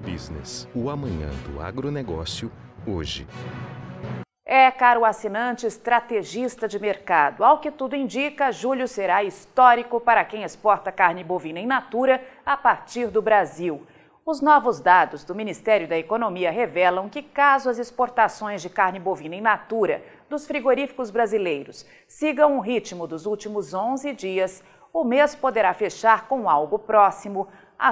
Business, o amanhã do agronegócio, hoje. Caro assinante estrategista de mercado, ao que tudo indica, julho será histórico para quem exporta carne bovina in natura a partir do Brasil. Os novos dados do Ministério da Economia revelam que, caso as exportações de carne bovina in natura dos frigoríficos brasileiros sigam o ritmo dos últimos 11 dias, o mês poderá fechar com algo próximo a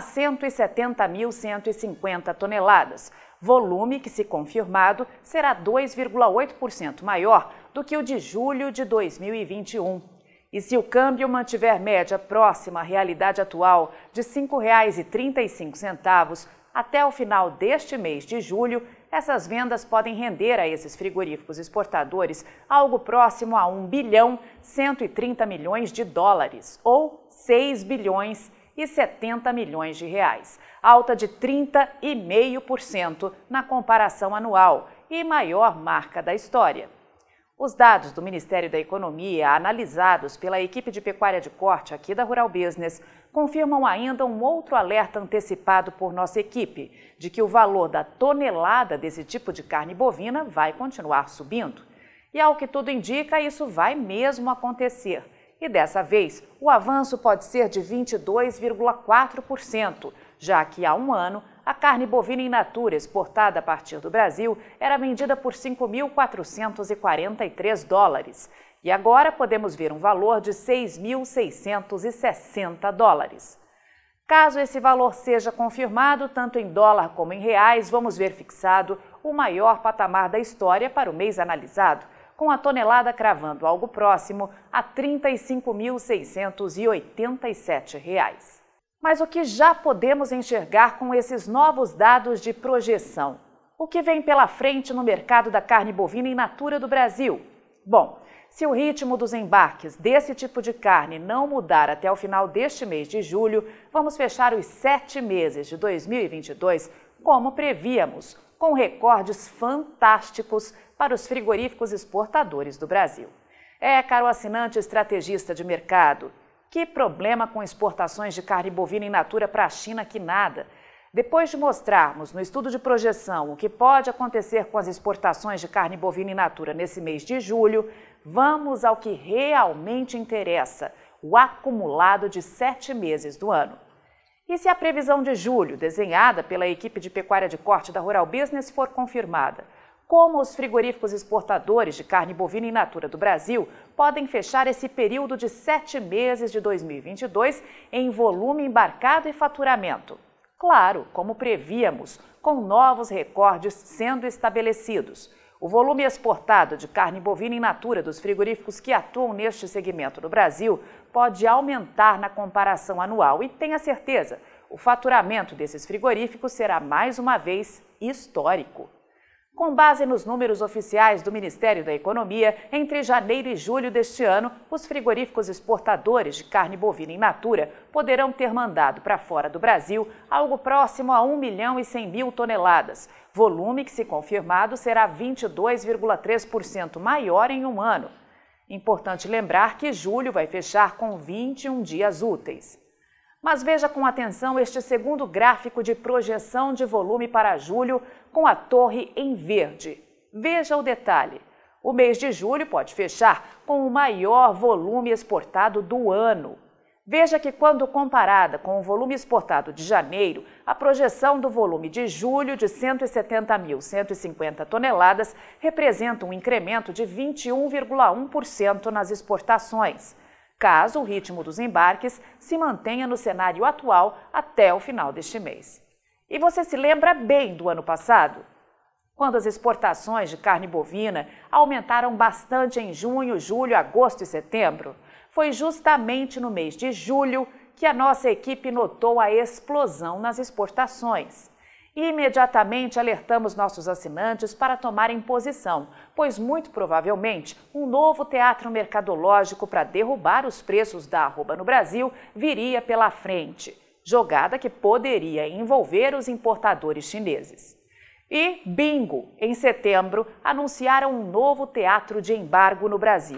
170.150 toneladas, volume que, se confirmado, será 2,8% maior do que o de julho de 2021. E se o câmbio mantiver média próxima à realidade atual de R$ 5,35 até o final deste mês de julho, essas vendas podem render a esses frigoríficos exportadores algo próximo a 1 bilhão 130 milhões de dólares, ou 6 bilhões e 70 milhões de reais, alta de 30,5% na comparação anual e maior marca da história. Os dados do Ministério da Economia, analisados pela equipe de pecuária de corte aqui da Rural Business, confirmam ainda um outro alerta antecipado por nossa equipe, de que o valor da tonelada desse tipo de carne bovina vai continuar subindo. E ao que tudo indica, isso vai mesmo acontecer. E dessa vez, o avanço pode ser de 22,4%, já que há um ano, a carne bovina in natura exportada a partir do Brasil era vendida por 5.443 dólares. E agora podemos ver um valor de 6.660 dólares. Caso esse valor seja confirmado, tanto em dólar como em reais, vamos ver fixado o maior patamar da história para o mês analisado, com a tonelada cravando algo próximo a R$ 35.687. Mas o que já podemos enxergar com esses novos dados de projeção? O que vem pela frente no mercado da carne bovina in natura do Brasil? Bom, se o ritmo dos embarques desse tipo de carne não mudar até o final deste mês de julho, vamos fechar os 7 meses de 2022 como prevíamos, com recordes fantásticos para os frigoríficos exportadores do Brasil. Caro assinante estrategista de mercado, que problema com exportações de carne bovina in natura para a China que nada. Depois de mostrarmos no estudo de projeção o que pode acontecer com as exportações de carne bovina in natura nesse mês de julho, vamos ao que realmente interessa, o acumulado de 7 meses do ano. E se a previsão de julho, desenhada pela equipe de pecuária de corte da Rural Business, for confirmada? Como os frigoríficos exportadores de carne bovina in natura do Brasil podem fechar esse período de 7 meses de 2022 em volume embarcado e faturamento? Claro, como prevíamos, com novos recordes sendo estabelecidos. O volume exportado de carne bovina in natura dos frigoríficos que atuam neste segmento no Brasil pode aumentar na comparação anual e tenha certeza, o faturamento desses frigoríficos será mais uma vez histórico. Com base nos números oficiais do Ministério da Economia, entre janeiro e julho deste ano, os frigoríficos exportadores de carne bovina in natura poderão ter mandado para fora do Brasil algo próximo a 1 milhão e 100 mil toneladas, volume que, se confirmado, será 22,3% maior em um ano. Importante lembrar que julho vai fechar com 21 dias úteis. Mas veja com atenção este segundo gráfico de projeção de volume para julho com a torre em verde. Veja o detalhe. O mês de julho pode fechar com o maior volume exportado do ano. Veja que, quando comparada com o volume exportado de janeiro, a projeção do volume de julho de 170.150 toneladas representa um incremento de 21,1% nas exportações, caso o ritmo dos embarques se mantenha no cenário atual até o final deste mês. E você se lembra bem do ano passado? Quando as exportações de carne bovina aumentaram bastante em junho, julho, agosto e setembro, foi justamente no mês de julho que a nossa equipe notou a explosão nas exportações. E imediatamente alertamos nossos assinantes para tomarem posição, pois muito provavelmente um novo teatro mercadológico para derrubar os preços da arroba no Brasil viria pela frente, jogada que poderia envolver os importadores chineses. E, bingo, em setembro, anunciaram um novo teatro de embargo no Brasil.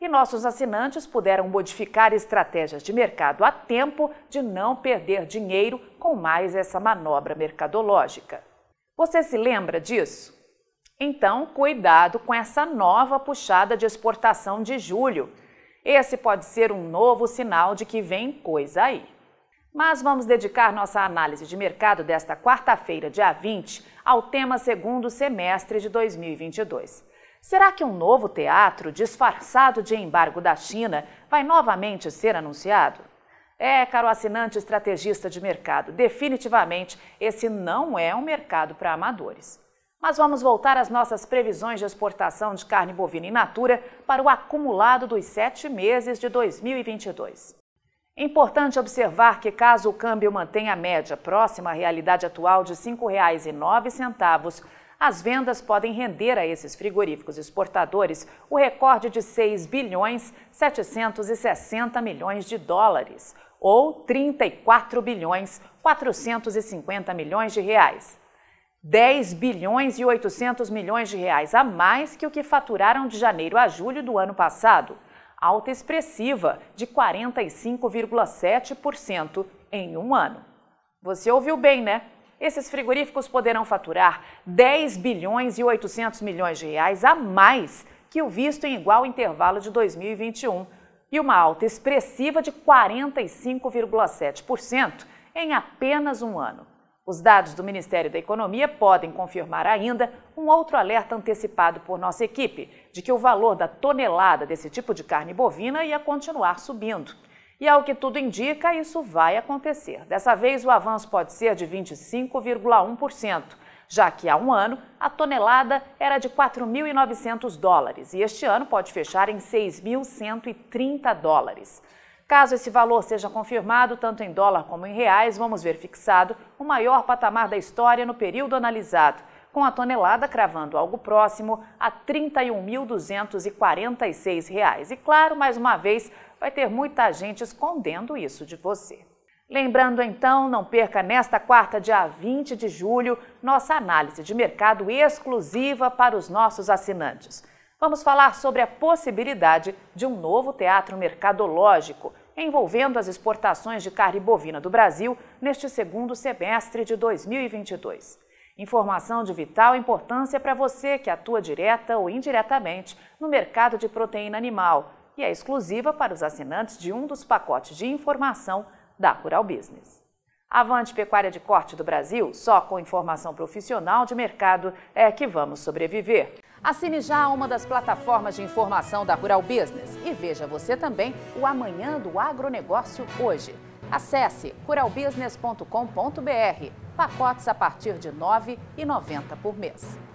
e nossos assinantes puderam modificar estratégias de mercado a tempo de não perder dinheiro com mais essa manobra mercadológica. Você se lembra disso? Então, cuidado com essa nova puxada de exportação de julho. Esse pode ser um novo sinal de que vem coisa aí. Mas vamos dedicar nossa análise de mercado desta quarta-feira, dia 20, ao tema segundo semestre de 2022. Será que um novo teatro, disfarçado de embargo da China, vai novamente ser anunciado? Caro assinante estrategista de mercado, definitivamente esse não é um mercado para amadores. Mas vamos voltar às nossas previsões de exportação de carne bovina in natura para o acumulado dos 7 meses de 2022. Importante observar que, caso o câmbio mantenha a média próxima à realidade atual de R$ 5,09, as vendas podem render a esses frigoríficos exportadores o recorde de 6 bilhões 760 milhões de dólares, ou 34 bilhões 450 milhões de reais. 10 bilhões e 800 milhões de reais a mais que o que faturaram de janeiro a julho do ano passado, alta expressiva de 45,7% em um ano. Você ouviu bem, né? Esses frigoríficos poderão faturar 10 bilhões e 800 milhões de reais a mais que o visto em igual intervalo de 2021 e uma alta expressiva de 45,7% em apenas um ano. Os dados do Ministério da Economia podem confirmar ainda um outro alerta antecipado por nossa equipe, de que o valor da tonelada desse tipo de carne bovina ia continuar subindo. E ao que tudo indica, isso vai acontecer. Dessa vez, o avanço pode ser de 25,1%, já que há um ano a tonelada era de 4.900 dólares e este ano pode fechar em 6.130 dólares. Caso esse valor seja confirmado, tanto em dólar como em reais, vamos ver fixado o maior patamar da história no período analisado, com a tonelada cravando algo próximo a R$ 31.246. E claro, mais uma vez, vai ter muita gente escondendo isso de você. Lembrando então, não perca nesta quarta, dia 20 de julho, nossa análise de mercado exclusiva para os nossos assinantes. Vamos falar sobre a possibilidade de um novo teatro mercadológico envolvendo as exportações de carne bovina do Brasil neste segundo semestre de 2022. Informação de vital importância para você que atua direta ou indiretamente no mercado de proteína animal e é exclusiva para os assinantes de um dos pacotes de informação da Rural Business. Avante Pecuária de Corte do Brasil, só com informação profissional de mercado é que vamos sobreviver. Assine já uma das plataformas de informação da Rural Business e veja você também o Amanhã do Agronegócio hoje. Acesse ruralbusiness.com.br, pacotes a partir de R$ 9,90 por mês.